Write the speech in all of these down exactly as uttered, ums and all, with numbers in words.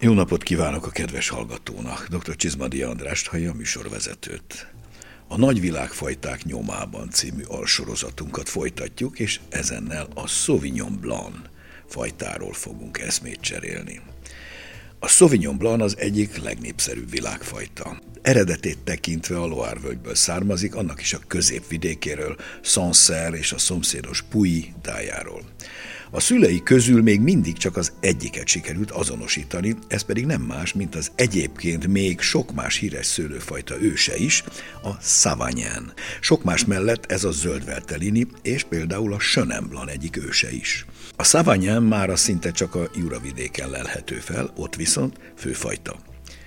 Jó napot kívánok a kedves hallgatónak! doktor Csizmadi Andrást hallja, a műsorvezetőt. A Nagyvilágfajták nyomában című alsorozatunkat folytatjuk, és ezennel a Sauvignon Blanc fajtáról fogunk eszmét cserélni. A Sauvignon Blanc az egyik legnépszerűbb világfajta. Eredetét tekintve a Loire völgyből származik, annak is a középvidékéről, Sancerre és a szomszédos Puy tájáról. A szülei közül még mindig csak az egyiket sikerült azonosítani, ez pedig nem más, mint az egyébként még sok más híres szőlőfajta őse is, a Savagnin. Sok más mellett ez a zöld Valtellini és például a Chenin Blanc egyik őse is. A Savagnin mára szinte csak a Jura-vidéken lelhető fel, ott viszont főfajta.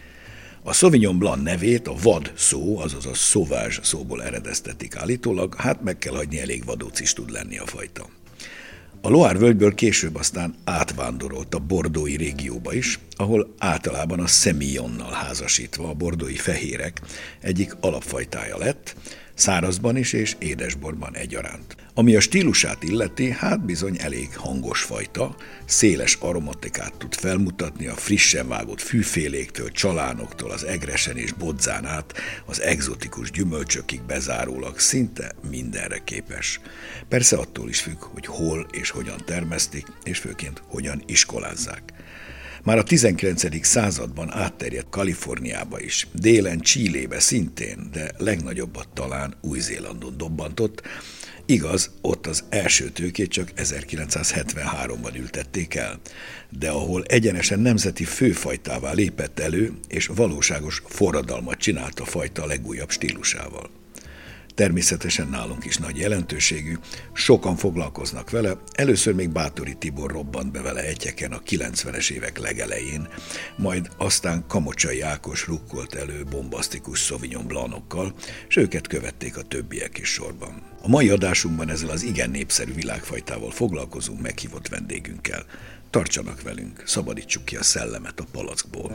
A Sauvignon Blanc nevét a vad szó, azaz a sauvage szóból eredeztetik állítólag, hát meg kell hagyni, elég vadóc is tud lenni a fajta. A Loire völgyből később aztán átvándorolt a bordói régióba is, ahol általában a Semillonnal házasítva a bordói fehérek egyik alapfajtája lett, szárazban is és édesborban egyaránt. Ami a stílusát illeti, hát bizony elég hangos fajta, széles aromatikát tud felmutatni a frissen vágott fűféléktől, csalánoktól, az egresen és bodzán át, az egzotikus gyümölcsökig bezárólag szinte mindenre képes. Persze attól is függ, hogy hol és hogyan termesztik, és főként hogyan iskolázzák. Már a tizenkilencedik században átterjedt Kaliforniába is, délen Chilébe szintén, de legnagyobbat talán Új-Zélandon dobbantott. Igaz, ott az első tőkét csak ezerkilencszázhetvenháromban ültették el, de ahol egyenesen nemzeti főfajtává lépett elő, és valóságos forradalmat csinált a fajta legújabb stílusával. Természetesen nálunk is nagy jelentőségű, sokan foglalkoznak vele, először még Báthori Tibor robbant be vele egyeken a kilencvenes évek legelején, majd aztán Kamocsai Ákos rukkolt elő bombasztikus Sauvignon Blancokkal, és őket követték a többiek is sorban. A mai adásunkban ezzel az igen népszerű világfajtával foglalkozunk meghívott vendégünkkel. Tartsanak velünk, szabadítsuk ki a szellemet a palackból.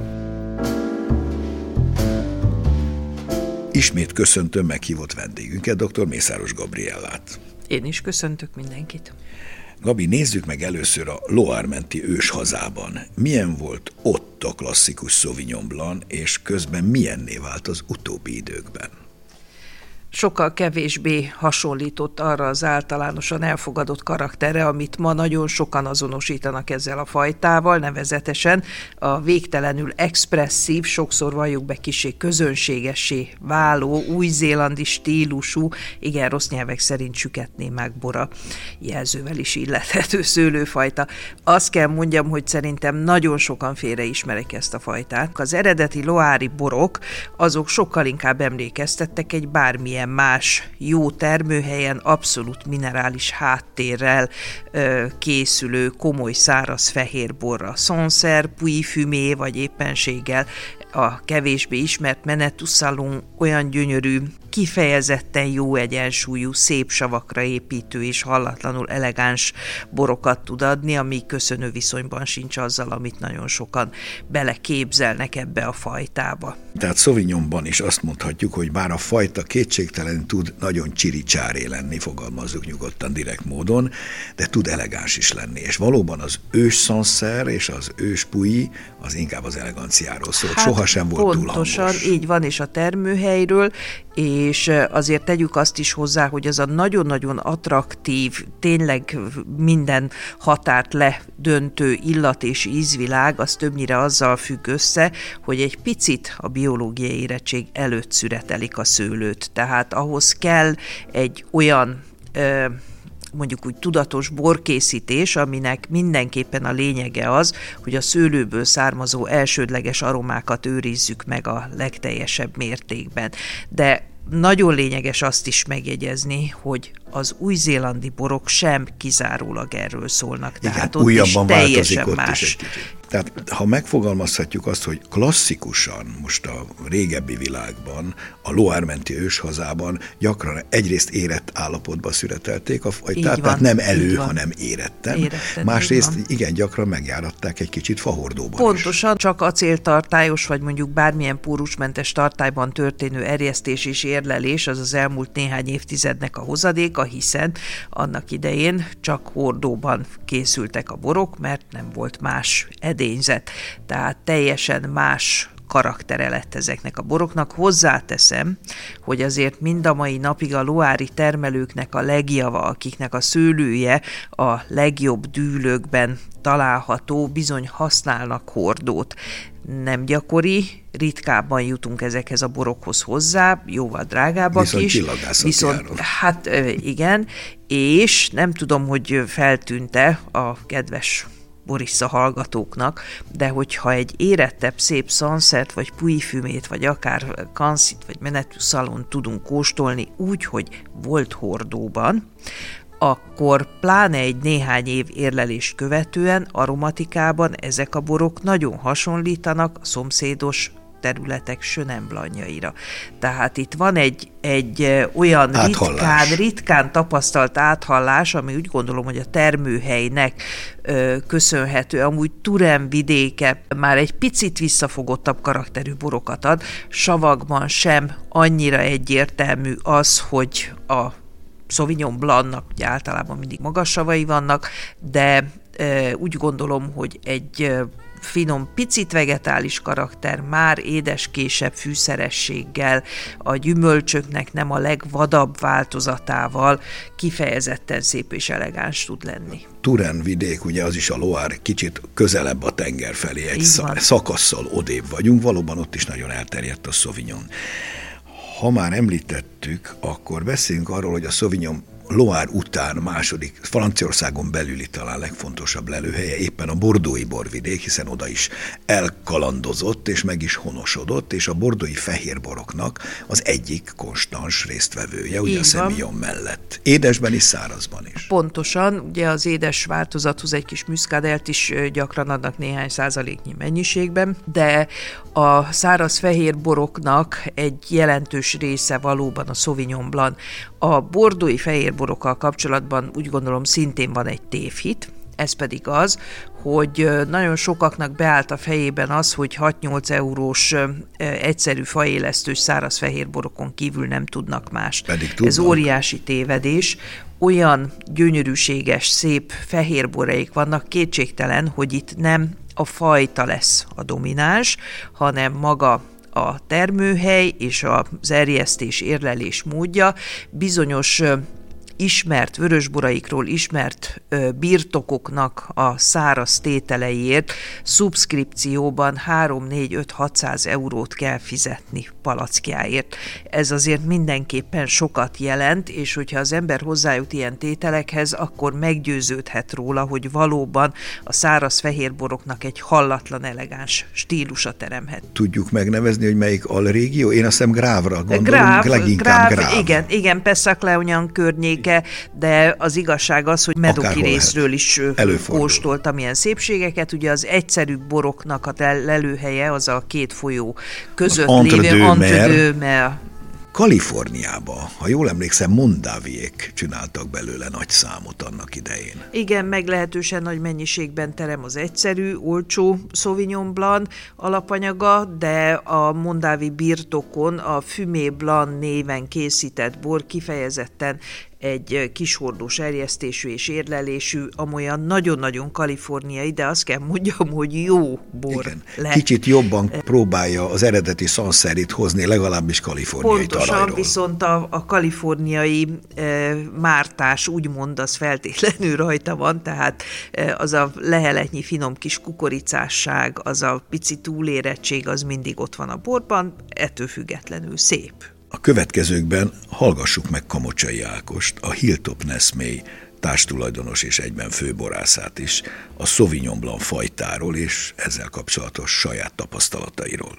Ismét köszöntöm meghívott vendégünket, dr. Mészáros Gabriellát. Én is köszöntök mindenkit. Gabi, nézzük meg először a Loire menti őshazában. Milyen volt ott a klasszikus Sauvignon Blanc, és közben milyenné vált az utóbbi időkben? Sokkal kevésbé hasonlított arra az általánosan elfogadott karakterre, amit ma nagyon sokan azonosítanak ezzel a fajtával, nevezetesen a végtelenül expresszív, sokszor valljuk be kissé közönségessé váló, új-zélandi stílusú, igen rossz nyelvek szerint süketnémák bora jelzővel is illethető szőlőfajta. Azt kell mondjam, hogy szerintem nagyon sokan félreismerik ezt a fajtát. Az eredeti loári borok, azok sokkal inkább emlékeztettek egy bármilyen más jó termőhelyen, abszolút minerális háttérrel ö, készülő komoly száraz fehérborra. Sancerre, Puy-Fumé vagy éppenséggel a kevésbé ismert Menetou-Salon olyan gyönyörű, kifejezetten jó egyensúlyú, szép savakra építő és hallatlanul elegáns borokat tud adni, ami köszönő viszonyban sincs azzal, amit nagyon sokan beleképzelnek ebbe a fajtába. Tehát Sauvignonban is azt mondhatjuk, hogy bár a fajta kétségtelen tud nagyon csiri-csáré lenni, fogalmazzuk nyugodtan, direkt módon, de tud elegáns is lenni. És valóban az ős Sancerre és az ős Puy az inkább az eleganciáról szólt. Hát sohasem volt túl hangos. Pontosan, így van, és a termőhelyről, és azért tegyük azt is hozzá, hogy az a nagyon-nagyon attraktív, tényleg minden határt ledöntő illat és ízvilág, az többnyire azzal függ össze, hogy egy picit a biológiai érettség előtt szüretelik a szőlőt. Tehát ahhoz kell egy olyan ö, mondjuk úgy tudatos borkészítés, aminek mindenképpen a lényege az, hogy a szőlőből származó elsődleges aromákat őrizzük meg a legteljesebb mértékben. De nagyon lényeges azt is megjegyezni, hogy az új-zélandi borok sem kizárólag erről szólnak. Igen, tehát ott is teljesen ott más. Is Tehát ha megfogalmazhatjuk azt, hogy klasszikusan most a régebbi világban, a Loire menti őshazában gyakran egyrészt érett állapotba szüretelték a fajtát, tehát nem elő, hanem éretten. éretten Másrészt igen, gyakran megjáratták egy kicsit fahordóban Pontosan, is. csak acéltartályos, vagy mondjuk bármilyen pórusmentes tartályban történő erjesztés és érlelés, az az elmúlt néhány évtizednek a hozadéka, árnyéka, hiszen annak idején csak hordóban készültek a borok, mert nem volt más edényzet. Tehát teljesen más karaktere lett ezeknek a boroknak. Hozzáteszem, hogy azért mind a mai napig a loári termelőknek a legjava, akiknek a szőlője a legjobb dűlőkben található, bizony használnak hordót. Nem gyakori, ritkábban jutunk ezekhez a borokhoz hozzá, jóval drágábbak viszont is. Viszont járok. Hát igen, és nem tudom, hogy feltűnt-e a kedves Borissa hallgatóknak, de hogyha egy érettebb, szép Sancerre, vagy Puy-fumét, vagy akár Kanszit, vagy Menetűszalon tudunk kóstolni úgy, hogy volt hordóban, akkor pláne egy néhány év érlelést követően aromatikában ezek a borok nagyon hasonlítanak a szomszédos területek Chenin Blancjaira. Tehát itt van egy, egy olyan ritkán, ritkán tapasztalt áthallás, ami úgy gondolom, hogy a termőhelynek ö, köszönhető. Amúgy Touraine vidéke már egy picit visszafogottabb karakterű borokat ad. Savagban sem annyira egyértelmű az, hogy a Sauvignon Blancnak ugye általában mindig magas savai vannak, de ö, úgy gondolom, hogy egy ö, finom, picit vegetális karakter, már édeskésebb fűszerességgel, a gyümölcsöknek nem a legvadabb változatával kifejezetten szép és elegáns tud lenni. Touraine vidék, ugye az is a Loire, kicsit közelebb a tenger felé, egy szakasszal odébb vagyunk, valóban ott is nagyon elterjedt a Sauvignon. Ha már említettük, akkor beszéljünk arról, hogy a Sauvignon Loire után második, Franciaországon belüli talán legfontosabb lelőhelye éppen a bordeauxi borvidék, hiszen oda is elkalandozott és meg is honosodott, és a bordeauxi fehérboroknak az egyik konstans résztvevője, ugye a Semillon mellett. Édesben és szárazban is. Pontosan, ugye az édes változathoz egy kis muscadelt is gyakran adnak néhány százaléknyi mennyiségben, de a száraz fehérboroknak egy jelentős része valóban a Sauvignon Blanc. A bordeauxi fehérborokkal kapcsolatban úgy gondolom szintén van egy tévhit, ez pedig az, hogy nagyon sokaknak beállt a fejében az, hogy hat-nyolc eurós egyszerű faélesztős száraz fehérborokon kívül nem tudnak mást. Ez óriási tévedés. Olyan gyönyörűséges, szép fehérboraik vannak, kétségtelen, hogy itt nem a fajta lesz a domináns, hanem maga a termőhely és az erjesztés, érlelés módja. Bizonyos ismert vörösboraikról ismert birtokoknak a száraz tételeiért szubszkripcióban három, négy, öt, hatszáz eurót kell fizetni palackjáért. Ez azért mindenképpen sokat jelent, és hogyha az ember hozzájut ilyen tételekhez, akkor meggyőződhet róla, hogy valóban a száraz fehérboroknak egy hallatlan elegáns stílusa teremhet. Tudjuk megnevezni, hogy melyik alrégió? Én azt hiszem Grávra gondolom, Gráv, leginkább Gráv. Gráv. Igen, igen, Pessac-Léognan környéke, de az igazság az, hogy Medoki részről is kóstoltam ilyen szépségeket. Ugye az egyszerű boroknak a lelőhelye az a két folyó között lévő Entre-deux-Mers. Kaliforniában, ha jól emlékszem, Mondaviék csináltak belőle nagy számot annak idején. Igen, meglehetősen nagy mennyiségben terem az egyszerű, olcsó Sauvignon Blanc alapanyaga, de a Mondavi birtokon a Fumé Blanc néven készített bor kifejezetten egy kishordós erjesztésű és érlelésű, amolyan nagyon-nagyon kaliforniai, de azt kell mondjam, hogy jó bor Igen. lett. Kicsit jobban próbálja az eredeti Sancerre-t hozni, legalábbis kaliforniai Pontosan, talajról. Viszont a, a kaliforniai e, mártás úgymond az feltétlenül rajta van, tehát e, az a leheletnyi finom kis kukoricásság, az a pici túlérettség, az mindig ott van a borban, ettől függetlenül szép. A következőkben hallgassuk meg Kamocsai Ákost, a Hilltop Nesmé társtulajdonos és egyben főborászát is, a Sauvignon Blanc fajtáról és ezzel kapcsolatos saját tapasztalatairól.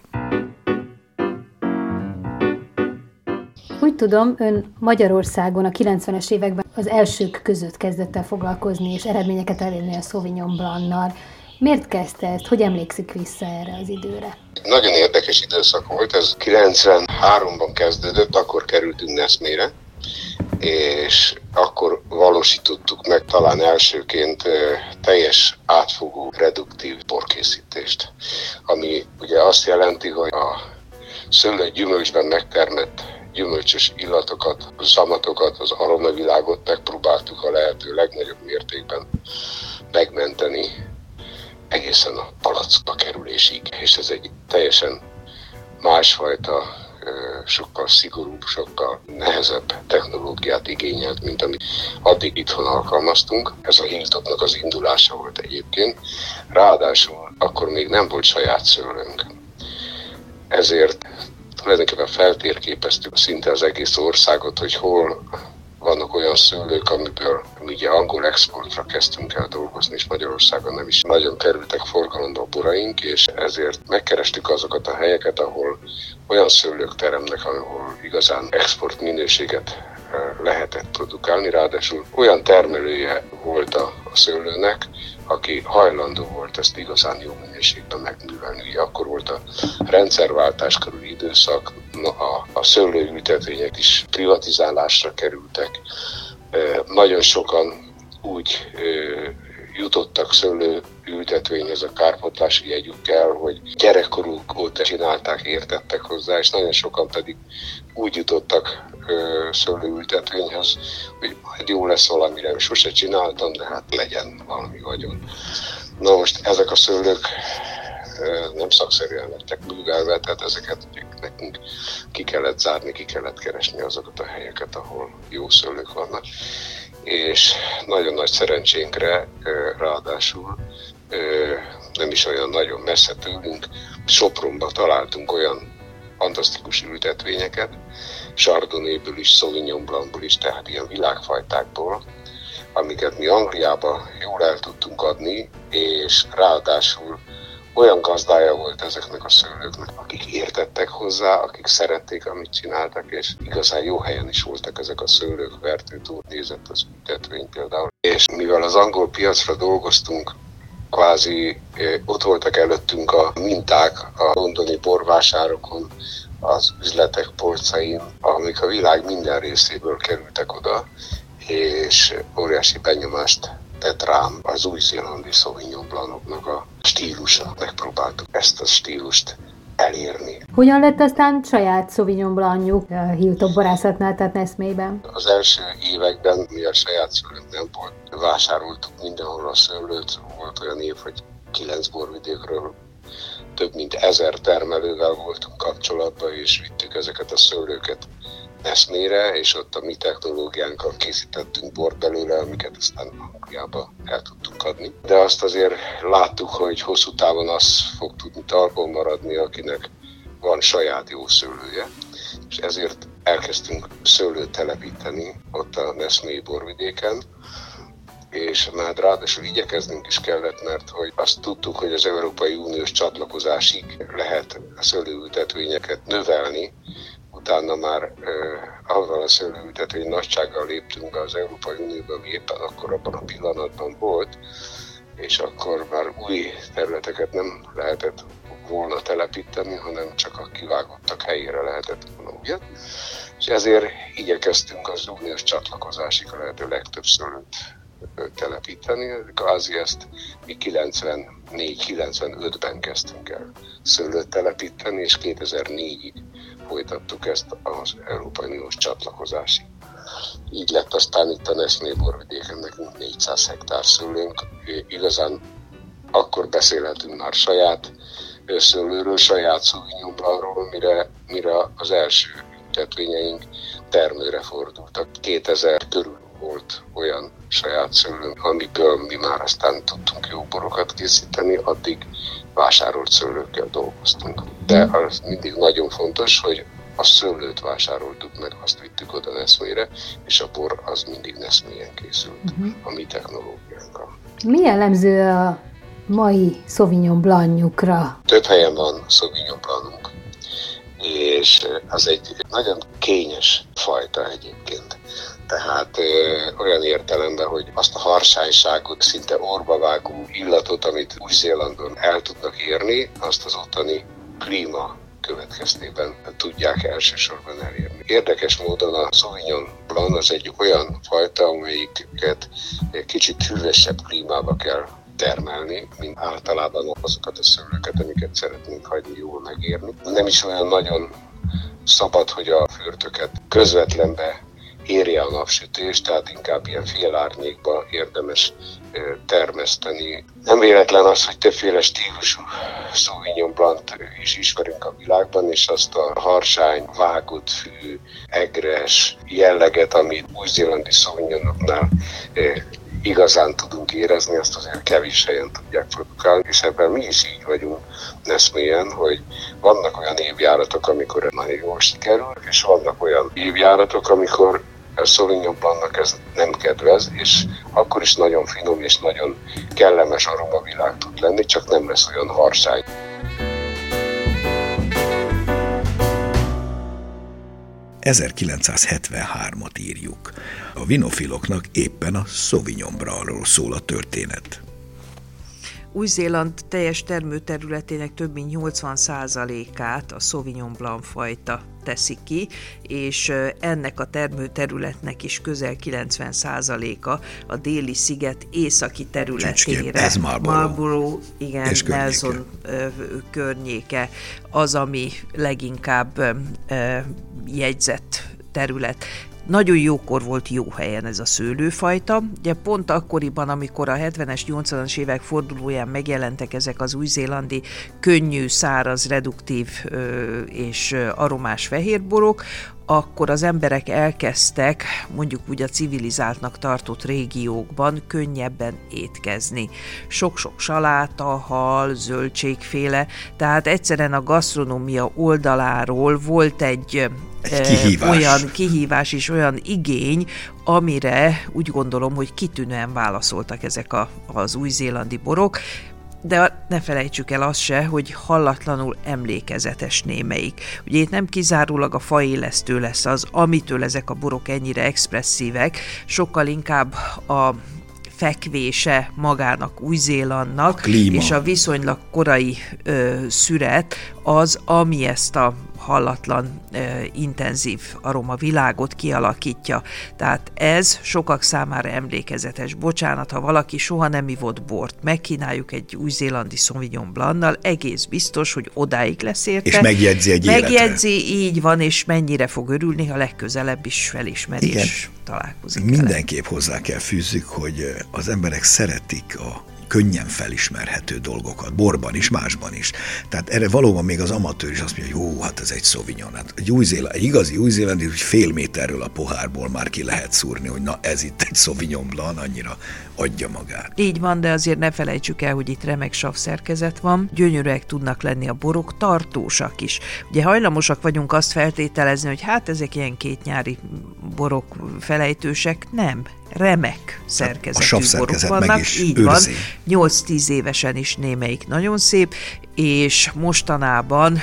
Úgy tudom, ön Magyarországon a kilencvenes években az elsők között kezdett el foglalkozni és eredményeket elérni a Sauvignon Blancnal. Miért kezdte ezt? Hogy emlékszik vissza erre az időre? Nagyon érdekes időszak volt, ez kilencvenháromban kezdődött, akkor kerültünk Nesmére, és akkor valósítottuk meg talán elsőként teljes átfogó reduktív borkészítést, ami ugye azt jelenti, hogy a szőlő gyümölcsben megtermett gyümölcsös illatokat, zamatokat, az aromavilágot megpróbáltuk a lehető legnagyobb mértékben megmenteni egészen a palackba kerülésig. És ez egy teljesen másfajta, sokkal szigorúbb, sokkal nehezebb technológiát igényelt, mint amit addig itthon alkalmaztunk. Ez a Hilltopnak az indulása volt egyébként. Ráadásul akkor még nem volt saját szőlőnk. Ezért tulajdonképpen feltérképeztük szinte az egész országot, hogy hol vannak olyan szőlők, amiből ugye angol exportra kezdtünk el dolgozni, és Magyarországon nem is nagyon kerültek forgalomba a boraink, és ezért megkerestük azokat a helyeket, ahol olyan szőlők teremnek, ahol igazán export minőséget lehetett produkálni, ráadásul olyan termelője volt a, a szőlőnek, aki hajlandó volt ezt igazán jó minőségben megművelni. Ugye akkor volt a rendszerváltás körüli időszak, a, a szőlőültetvények is privatizálásra kerültek. E, nagyon sokan úgy e, jutottak szőlőültetvényhez a kárpótlási jegyükkel, hogy gyerekkoruk óta csinálták, értettek hozzá, és nagyon sokan pedig úgy jutottak szőlőültetvényhez, hogy majd jó lesz valamire, sose csináltam, de hát legyen valami vagyon. Na most ezek a szőlők nem szakszerűen lettek művelve, tehát ezeket nekünk ki kellett zárni, ki kellett keresni azokat a helyeket, ahol jó szőlők vannak. És nagyon nagy szerencsénkre, ráadásul nem is olyan nagyon messze tőlünk, Sopronban találtunk olyan fantasztikus ültetvényeket, Chardonnay-ből is, Sauvignon Blancból is, tehát ilyen világfajtákból, amiket mi Angliába jól el tudtunk adni, és ráadásul olyan gazdája volt ezeknek a szőlőknek, akik értettek hozzá, akik szerették, amit csináltak, és igazán jó helyen is voltak ezek a szőlők, Vertőtó nézett az ültetvény például. És mivel az angol piacra dolgoztunk, kvázi ott voltak előttünk a minták a londoni borvásárokon, az üzletek polcain, amik a világ minden részéből kerültek oda, és óriási benyomást tett rám az új-zélandi Sauvignon Blancoknak a stílusa. Megpróbáltuk ezt a stílust elérni. Hogyan lett aztán saját Sauvignon Blancjuk a Hilltop borászatnál, tehát Neszmélyben? Az első években, mivel saját szőlőnk nem volt, vásároltuk mindenhol a szőlőt. Volt olyan év, hogy kilenc borvidékről több mint ezer termelővel voltunk kapcsolatban, és vittük ezeket a szőlőket Neszmére, és ott a mi technológiánkkal készítettünk bort belőle, amiket aztán Angliába el tudtunk adni. De azt azért láttuk, hogy hosszú távon az fog tudni talpon maradni, akinek van saját jó szőlője, és ezért elkezdtünk szőlőt telepíteni ott a Neszmélyi borvidéken, és már ráadásul igyekeznünk is kellett, mert hogy azt tudtuk, hogy az Európai Uniós csatlakozásig lehet a szőlőültetvényeket növelni, utána már eh, avval a szőlőültetvény nagysággal léptünk be az Európai Unióba, ami éppen akkor abban a pillanatban volt, és akkor már új területeket nem lehetett volna telepíteni, hanem csak a kivágottak helyére lehetett volna újat. És ezért igyekeztünk az uniós csatlakozásig a lehető legtöbb szőlőt telepíteni. Kvázi ezt mi kilencvennégy kilencvenötben kezdtünk el szőlőt telepíteni, és kétezer-négyig folytattuk ezt az Európai Uniós csatlakozásig. Így lett aztán itt a Neszmély borvidéken nekünk négyszáz hektár szőlőnk. Igazán akkor beszélhetünk már saját szőlőről, saját Sauvignon Blancról, mire, mire az első ültetvényeink termőre fordultak. kétezer körül volt olyan saját szőlőnk, amiből mi már aztán tudtunk jó borokat készíteni, addig vásárolt szőlőkkel dolgoztunk. De az mindig nagyon fontos, hogy a szőlőt vásároltuk meg, azt vittük oda Neszmére, és a bor az mindig Neszmélyen készült, uh-huh. a mi technológiánkkal. Mi jellemző a mai Sauvignon Blancjukra? Több helyen van Sauvignon Blancunk, és az egy nagyon kényes fajta egyébként. Tehát ö, olyan értelemben, hogy azt a harsányságot, szinte orbavágó illatot, amit Új-Zélandon el tudnak érni, azt az ottani klíma következtében tudják elsősorban elérni. Érdekes módon a Sauvignon Blanc az egy olyan fajta, amelyiket egy kicsit hűvösebb klímába kell termelni, mint általában azokat a szőlőket, amiket szeretnénk hagyni jól megérni. Nem is olyan nagyon szabad, hogy a fürtöket közvetlenbe érje a napsütés, tehát inkább ilyen félárnyékba érdemes termeszteni. Nem véletlen az, hogy többféle stílusú Sauvignon Blanc is ismerünk a világban, és azt a harsány, vágott fű, egres jelleget, amit új-zélandi Sauvignonoknál igazán tudunk érezni, azt azért kevés helyen tudják produkálni, és ebben mi is így vagyunk neszmélyen, hogy vannak olyan évjáratok, amikor nagyon jól sikerül, és vannak olyan évjáratok, amikor a Sauvignon Blancnak ez nem kedvez, és akkor is nagyon finom és nagyon kellemes aromavilág tud lenni, csak nem lesz olyan harsány. ezerkilencszázhetvenhármat írjuk. A vinofiloknak éppen a Sauvignon Blancról szól a történet. Új-Zéland teljes termőterületének több mint nyolcvan százalékát a Sauvignon Blanc fajta teszi ki, és ennek a termőterületnek is közel kilencven százaléka a déli sziget északi területére. Ez Marlborough. Marlborough, igen, és Nelson környéke. környéke az, ami leginkább jegyzett terület. Nagyon jókor volt jó helyen ez a szőlőfajta. Ugye pont akkoriban, amikor a hetvenes, nyolcvanas évek fordulóján megjelentek ezek az új-zélandi könnyű, száraz, reduktív és aromás fehérborok, akkor az emberek elkezdtek mondjuk úgy a civilizáltnak tartott régiókban könnyebben étkezni. Sok-sok saláta, hal, zöldségféle, tehát egyszerűen a gasztronómia oldaláról volt egy, egy kihívás. olyan kihívás és olyan igény, amire úgy gondolom, hogy kitűnően válaszoltak ezek a, az új-zélandi borok. De ne felejtsük el azt se, hogy hallatlanul emlékezetes némelyik. Ugye itt nem kizárólag a faélesztő lesz az, amitől ezek a borok ennyire expresszívek, sokkal inkább a fekvése magának Új-Zélandnak, és a viszonylag korai ö, szüret az, ami ezt a hallatlan, eh, intenzív aromavilágot kialakítja. Tehát ez sokak számára emlékezetes. Bocsánat, ha valaki soha nem ivott bort, megkínáljuk egy új-zélandi Sauvignon Blancnal, egész biztos, hogy odáig lesz érte. És megjegyzi egy életre. Megjegyzi, így van, és mennyire fog örülni, ha legközelebb is felismeri, igen, és találkozik. Mindenképp hozzá kell fűzzük, hogy az emberek szeretik a könnyen felismerhető dolgokat, borban is, másban is. Tehát erre valóban még az amatőr is azt mondja, hogy jó, hát ez egy Sauvignon. Hát egy, új-zéland, egy igazi új-zélandi, hogy fél méterről a pohárból már ki lehet szúrni, hogy na ez itt egy Sauvignon Blanc, annyira adja magát. Így van, de azért ne felejtsük el, hogy itt remek savszerkezet van, gyönyörűek tudnak lenni a borok, tartósak is. Ugye hajlamosak vagyunk azt feltételezni, hogy hát ezek ilyen kétnyári borok, felejtősek, nem. Remek szerkezetű borok vannak, így őrzi. Van, nyolc-tíz évesen is némelyik nagyon szép, és mostanában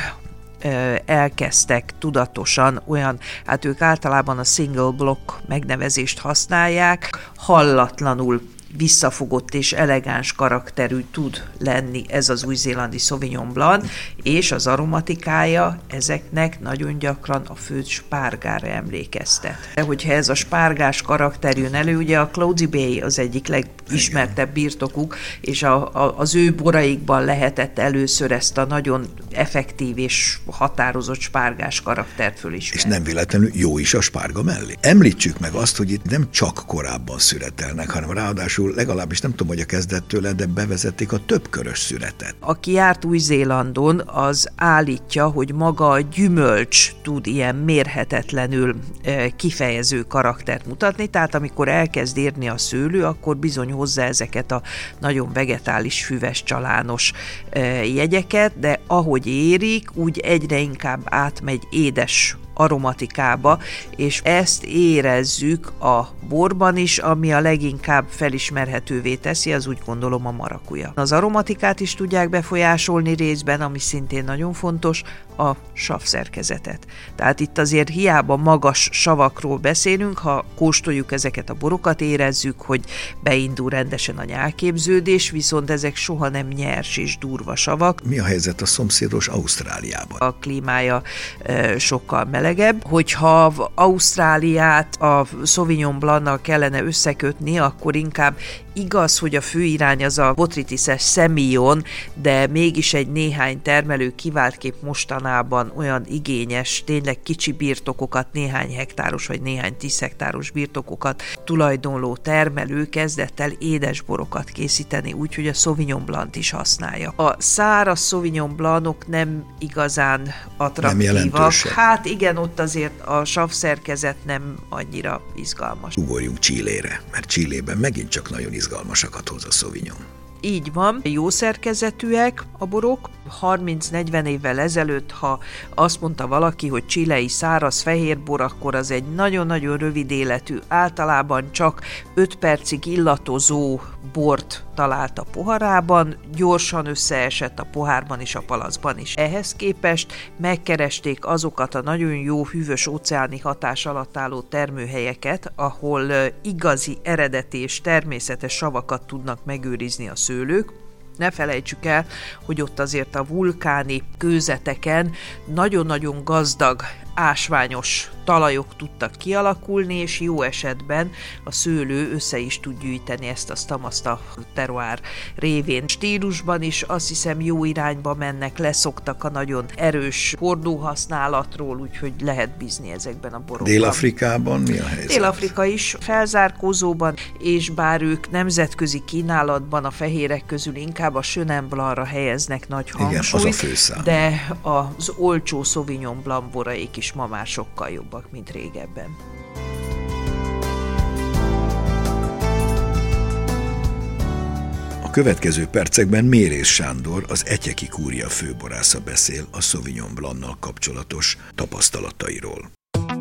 elkezdtek tudatosan olyan, hát ők általában a single block megnevezést használják, hallatlanul visszafogott és elegáns karakterű tud lenni ez az új-zélandi Sauvignon Blanc, és az aromatikája ezeknek nagyon gyakran a főtt spárgára emlékeztet. De hogyha ez a spárgás karakter jön elő, ugye a Cloudy Bay az egyik legismertebb birtokuk, és a, a, az ő boraikban lehetett először ezt a nagyon effektív és határozott spárgás karaktert fölismerni. És nem véletlenül jó is a spárga mellé. Említsük meg azt, hogy itt nem csak korábban szüretelnek, hanem ráadásul legalábbis nem tudom, hogy a kezdettől, de bevezették a többkörös szüretet. Aki járt Új-Zélandon, az állítja, hogy maga a gyümölcs tud ilyen mérhetetlenül kifejező karaktert mutatni, tehát amikor elkezd érni a szőlő, akkor bizony hozzá ezeket a nagyon vegetális, füves, csalános jegyeket, de ahogy érik, úgy egyre inkább átmegy édes aromatikába, és ezt érezzük a borban is, ami a leginkább felismerhetővé teszi, az úgy gondolom a marakuja. Az aromatikát is tudják befolyásolni részben, ami szintén nagyon fontos, a savszerkezetet. Tehát itt azért hiába magas savakról beszélünk, ha kóstoljuk ezeket a borokat, érezzük, hogy beindul rendesen a nyálképződés, viszont ezek soha nem nyers és durva savak. Mi a helyzet a szomszédos Ausztráliában? A klímája e, sokkal melegebb. Hogyha Ausztráliát a Sauvignon Blancnal kellene összekötni, akkor inkább Igaz, hogy a fő irány az a Botrytis semillon, de mégis egy néhány termelő kiváltképp mostanában olyan igényes, tényleg kicsi birtokokat, néhány hektáros vagy néhány tíz hektáros birtokokat tulajdonló termelő kezdett el édesborokat készíteni, úgyhogy a Sauvignon Blanc is használja. A száraz Sauvignon Blancok nem igazán attraktívak. Hát igen, ott azért a savszerkezet nem annyira izgalmas. Ugorjunk Chilére, mert Chilében megint csak nagyon izgalmasakat hoz a Sauvignon. Így van, jó szerkezetűek a borok. harminc-negyven évvel ezelőtt, ha azt mondta valaki, hogy chilei száraz fehérbor, akkor az egy nagyon-nagyon rövid életű, általában csak öt percig illatozó bort talált a poharában, gyorsan összeesett a pohárban és a palacban is. Ehhez képest megkeresték azokat a nagyon jó hűvös óceáni hatás alatt álló termőhelyeket, ahol igazi, eredeti és természetes savakat tudnak megőrizni a szőlők. Ne felejtsük el, hogy ott azért a vulkáni kőzeteken nagyon-nagyon gazdag, ásványos talajok tudtak kialakulni, és jó esetben a szőlő össze is tud gyűjteni ezt azt a terroár révén. Stílusban is azt hiszem jó irányba mennek, leszoktak a nagyon erős hordóhasználatról, úgyhogy lehet bízni ezekben a borokban. Dél-Afrikában mi a helyzet? Dél-Afrika is felzárkózóban, és bár ők nemzetközi kínálatban a fehérek közül inkább a Chenin Blancra helyeznek nagy hangsúlyt, igen, az a főszám. De az olcsó Sauvignon Blanc boraik is ma már sokkal jobbak, mint régebben. A következő percekben Mérész Sándor, az Etyeki Kúria főborásza beszél a Sauvignon Blancnal kapcsolatos tapasztalatairól.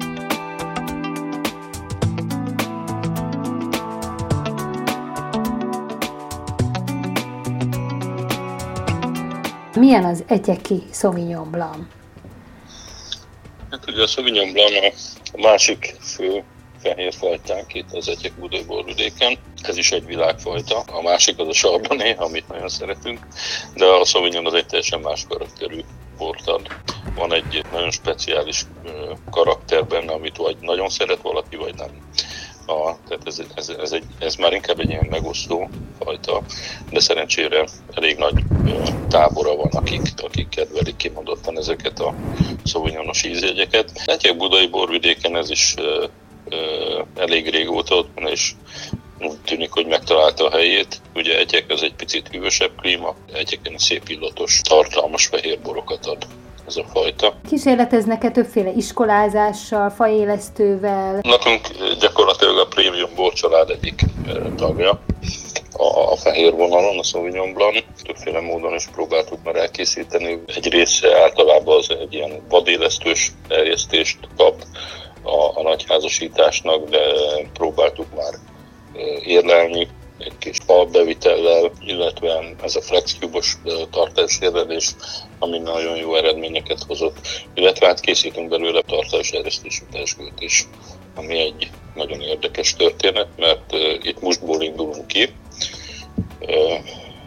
Milyen az Etyeki Sauvignon Blanc? Hát ugye a Sauvignon Blanc a másik fő fehérfajtánk itt az Etyek-Budai borvidéken. Ez is egy világfajta. A másik az a Chardonnay, amit nagyon szeretünk, de a Sauvignon az egy teljesen más karakterű bort ad. Van egy nagyon speciális karakter benne, amit vagy nagyon szeret valaki, vagy nem. A, tehát ez, ez, ez, egy, ez már inkább egy ilyen megosztó fajta, de szerencsére elég nagy tábora van, akik, akik kedvelik kimondottan ezeket a sauvignonos ízjegyeket. Etyek-Budai borvidéken ez is ö, ö, elég régóta ott van, és úgy tűnik, hogy megtalálta a helyét. Ugye Etyek az egy picit hűvösebb klíma, Etyeken szép illatos, tartalmas fehér borokat ad ez a fajta. Kísérleteznek-e többféle iskolázással, faélesztővel? Nekünk gyakorlatilag a prémium borcsalád egyik tagja a, a fehér vonalon, a Sauvignon Blanc. Többféle módon is próbáltuk már elkészíteni. Egy része általában az egy ilyen vadélesztős erjesztést kap a, a nagyházasításnak, de próbáltuk már érlelni egy kis falbevitellel, illetve ez a FlexCube-os tartásérlelés, ami nagyon jó eredményeket hozott, illetve hát készítünk belőle tartáserjesztésű pezsgőt is, ami egy nagyon érdekes történet, mert uh, itt mustból indulunk ki, uh, uh,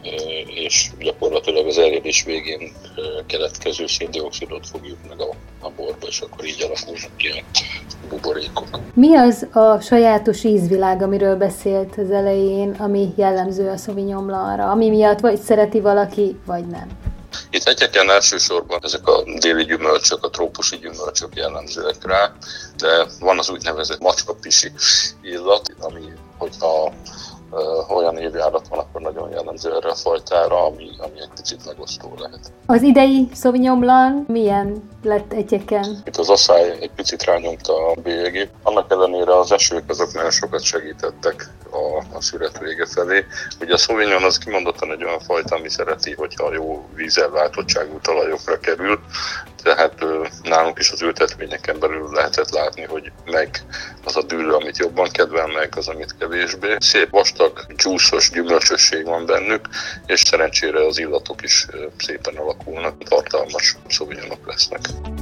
és gyakorlatilag az erjedés végén uh, keletkező széndioxidot fogjuk meg a, a borba, és akkor így alakulnak ki a buborékok. Mi az a sajátos ízvilág, amiről beszélt az elején, ami jellemző a Sauvignon Blancra, ami miatt vagy szereti valaki, vagy nem? Itt Etyeken elsősorban ezek a déli gyümölcsök, a trópusi gyümölcsök jellemzőek rá, de van az úgynevezett macskapisi illat, ami, hogyha uh, olyan évjárat van, akkor nagyon jellemző erre a fajtára, ami, ami egy picit megosztó lehet. Az idei Sauvignon Blanc milyen lett Etyeken? Itt az asszály egy picit rányomta a bélyegét. Annak ellenére az esők azok nagyon sokat segítettek a, a szület vége felé. Ugye a Sauvignon az kimondottan egy olyan fajta, ami szereti, hogyha jó vízellátottságú talajokra kerül, tehát nálunk is az ültetvényeken belül lehetett látni, hogy meg az a dűlő, amit jobban kedvel, meg az, amit kevésbé. Szép vastag, dzsúszos gyümölcsösség van bennük, és szerencsére az illatok is szépen alakulnak, tartalmas Sauvignonok lesznek.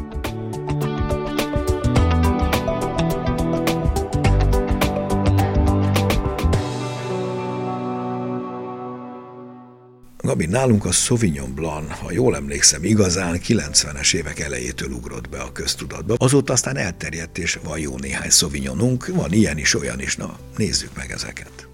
Gabi, nálunk a Sauvignon Blanc, ha jól emlékszem, igazán kilencvenes évek elejétől ugrott be a köztudatba. Azóta aztán elterjedt, és van jó néhány Sauvignonunk, van ilyen is, olyan is, na nézzük meg ezeket.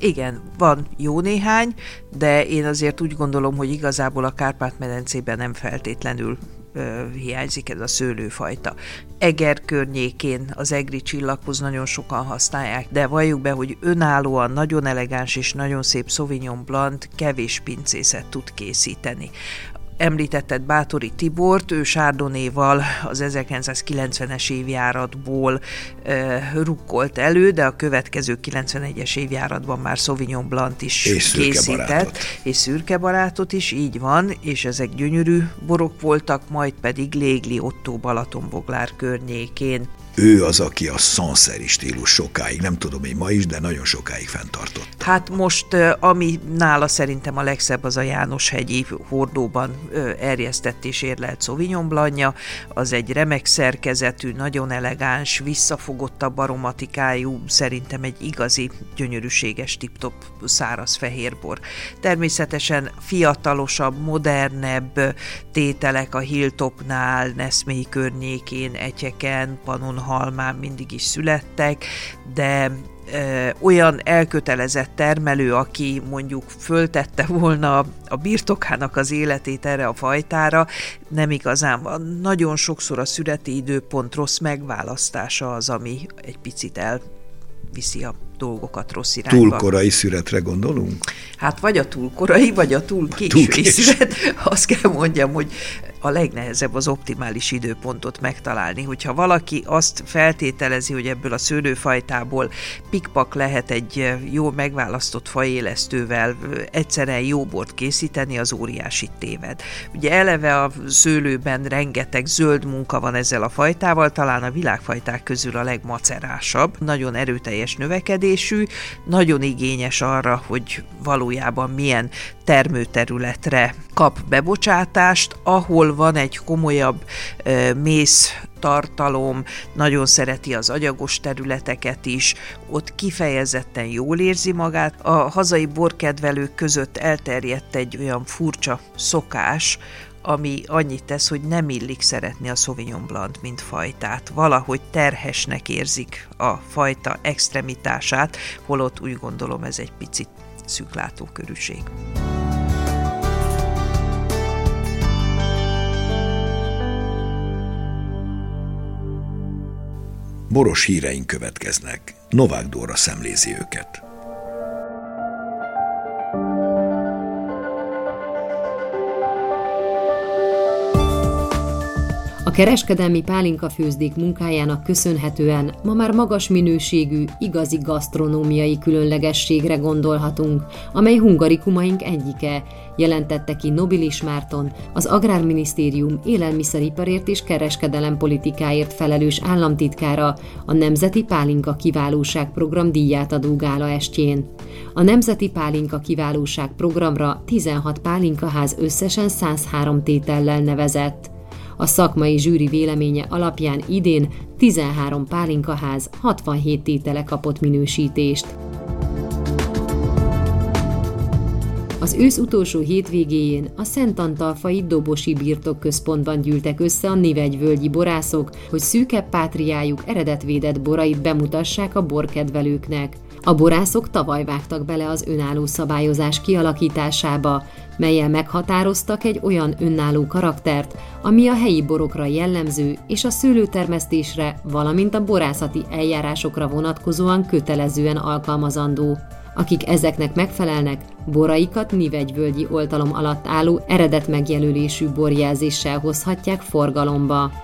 Igen, van jó néhány, de én azért úgy gondolom, hogy igazából a Kárpát-medencében nem feltétlenül ö, hiányzik ez a szőlőfajta. Eger környékén az egri csillaghoz nagyon sokan használják, de valljuk be, hogy önállóan nagyon elegáns és nagyon szép Sauvignon Blanc kevés pincészet tud készíteni. Említetted Báthori Tibort, ő Chardonnay-val az ezerkilencszázkilencvenes évjáratból e, rukkolt elő, de a következő kilencvenegyes évjáratban már Sauvignon Blanc is és készített, barátot. és szürke barátot is, így van, és ezek gyönyörű borok voltak, majd pedig Légli Ottó Balatonboglár környékén. Ő az, aki a Sancerre stílus sokáig, nem tudom én ma is, de nagyon sokáig fenntartott. Hát most, ami nála szerintem a legszebb, az a Jánoshegyi hordóban erjesztett és érlelt Sauvignon Blancja, az egy remek szerkezetű, nagyon elegáns, visszafogottabb aromatikájú, szerintem egy igazi, gyönyörűséges, tip-top száraz fehérbor. Természetesen fiatalosabb, modernebb tételek a Hilltopnál, Neszmélyi környékén, Etyeken, Pannonhalmán mindig is születtek, de ö, olyan elkötelezett termelő, aki mondjuk föltette volna a birtokának az életét erre a fajtára, nem igazán van. Nagyon sokszor a születi időpont rossz megválasztása az, ami egy picit elviszi a dolgokat rossz irányba. Túl korai születre gondolunk? Hát vagy a túl korai, vagy a túl késői szület. Azt kell mondjam, hogy a legnehezebb az optimális időpontot megtalálni. Hogyha valaki azt feltételezi, hogy ebből a szőlőfajtából pikpak lehet egy jól megválasztott fajélesztővel egyszerűen jó bort készíteni, az óriási téved. Ugye eleve a szőlőben rengeteg zöld munka van ezzel a fajtával, talán a világfajták közül a legmacerásabb, nagyon erőteljes növekedésű, nagyon igényes arra, hogy valójában milyen termőterületre kap bebocsátást, ahol van egy komolyabb e, mész tartalom, nagyon szereti az agyagos területeket is, ott kifejezetten jól érzi magát. A hazai borkedvelők között elterjedt egy olyan furcsa szokás, ami annyit tesz, hogy nem illik szeretni a Sauvignon Blanc, mint fajtát. Valahogy terhesnek érzik a fajta extremitását, holott úgy gondolom ez egy picit szűklátókörűség. Boros híreink következnek. Novák Dóra szemlézi őket. A kereskedelmi pálinkafőzdék munkájának köszönhetően ma már magas minőségű, igazi gasztronómiai különlegességre gondolhatunk, amely hungarikumaink egyike, jelentette ki Nobilis Márton, az Agrárminisztérium élelmiszeriparért és kereskedelempolitikáért felelős államtitkára a Nemzeti Pálinka Kiválóság Program díjátadó gála estjén. A Nemzeti Pálinka Kiválóság Programra tizenhat pálinkaház összesen száz három tétellel nevezett. A szakmai zsűri véleménye alapján idén tizenhárom pálinkaház hatvanhét tétele kapott minősítést. Az ősz utolsó hétvégéjén a Szentantalfai Dobosi Birtokközpontban gyűltek össze a nivegyvölgyi borászok, hogy szűkebb pátriájuk eredetvédett borait bemutassák a borkedvelőknek. A borászok tavaly vágtak bele az önálló szabályozás kialakításába, mellyel meghatároztak egy olyan önálló karaktert, ami a helyi borokra jellemző és a szőlőtermesztésre, valamint a borászati eljárásokra vonatkozóan kötelezően alkalmazandó. Akik ezeknek megfelelnek, boraikat nivegyvölgyi oltalom alatt álló eredet megjelölésű borjelzéssel hozhatják forgalomba.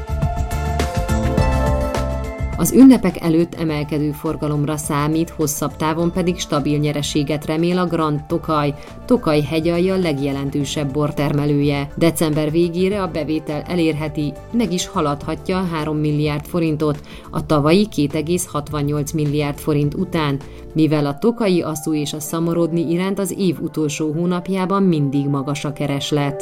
Az ünnepek előtt emelkedő forgalomra számít, hosszabb távon pedig stabil nyereséget remél a Grand Tokaj, Tokaj hegyalja legjelentősebb bortermelője. December végére a bevétel elérheti, meg is haladhatja a három milliárd forintot, a tavalyi két egész hatvannyolc milliárd forint után, mivel a tokaji asszú és a szamorodni iránt az év utolsó hónapjában mindig magas a kereslet.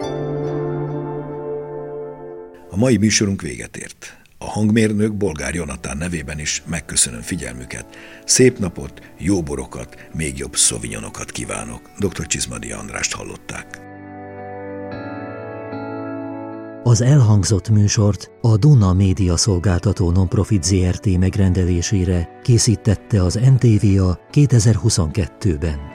A mai műsorunk véget ért. A hangmérnök Bolgár Jonatán nevében is megköszönöm figyelmüket. Szép napot, jó borokat, még jobb Sauvignonokat kívánok. doktor Csizmadia Andrást hallották. Az elhangzott műsort a Duna Média Szolgáltató Nonprofit Zrt. Megrendelésére készítette az em té vé á kétezer-huszonkettőben.